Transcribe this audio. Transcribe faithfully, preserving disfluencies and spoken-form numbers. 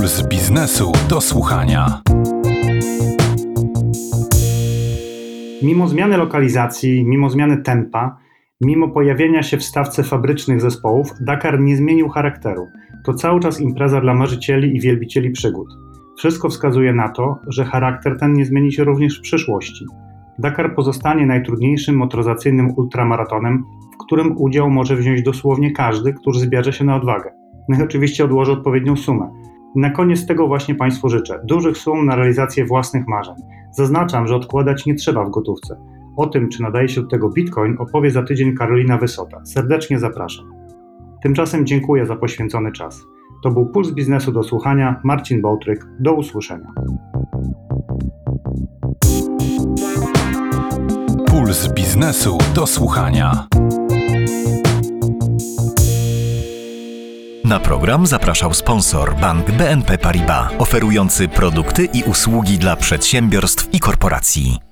Puls biznesu do słuchania. Mimo zmiany lokalizacji, mimo zmiany tempa, mimo pojawienia się w stawce fabrycznych zespołów, Dakar nie zmienił charakteru. To cały czas impreza dla marzycieli i wielbicieli przygód. Wszystko wskazuje na to, że charakter ten nie zmieni się również w przyszłości. Dakar pozostanie najtrudniejszym motoryzacyjnym ultramaratonem, w którym udział może wziąć dosłownie każdy, który zbierze się na odwagę. No i oczywiście odłoży odpowiednią sumę. I na koniec tego właśnie Państwu życzę. Dużych sum na realizację własnych marzeń. Zaznaczam, że odkładać nie trzeba w gotówce. O tym, czy nadaje się do tego Bitcoin, opowie za tydzień Karolina Wysota. Serdecznie zapraszam. Tymczasem dziękuję za poświęcony czas. To był Puls Biznesu do słuchania. Marcin Bołtryk. Do usłyszenia. Puls biznesu do słuchania. Na program zapraszał sponsor Bank B N P Paribas, oferujący produkty i usługi dla przedsiębiorstw i korporacji.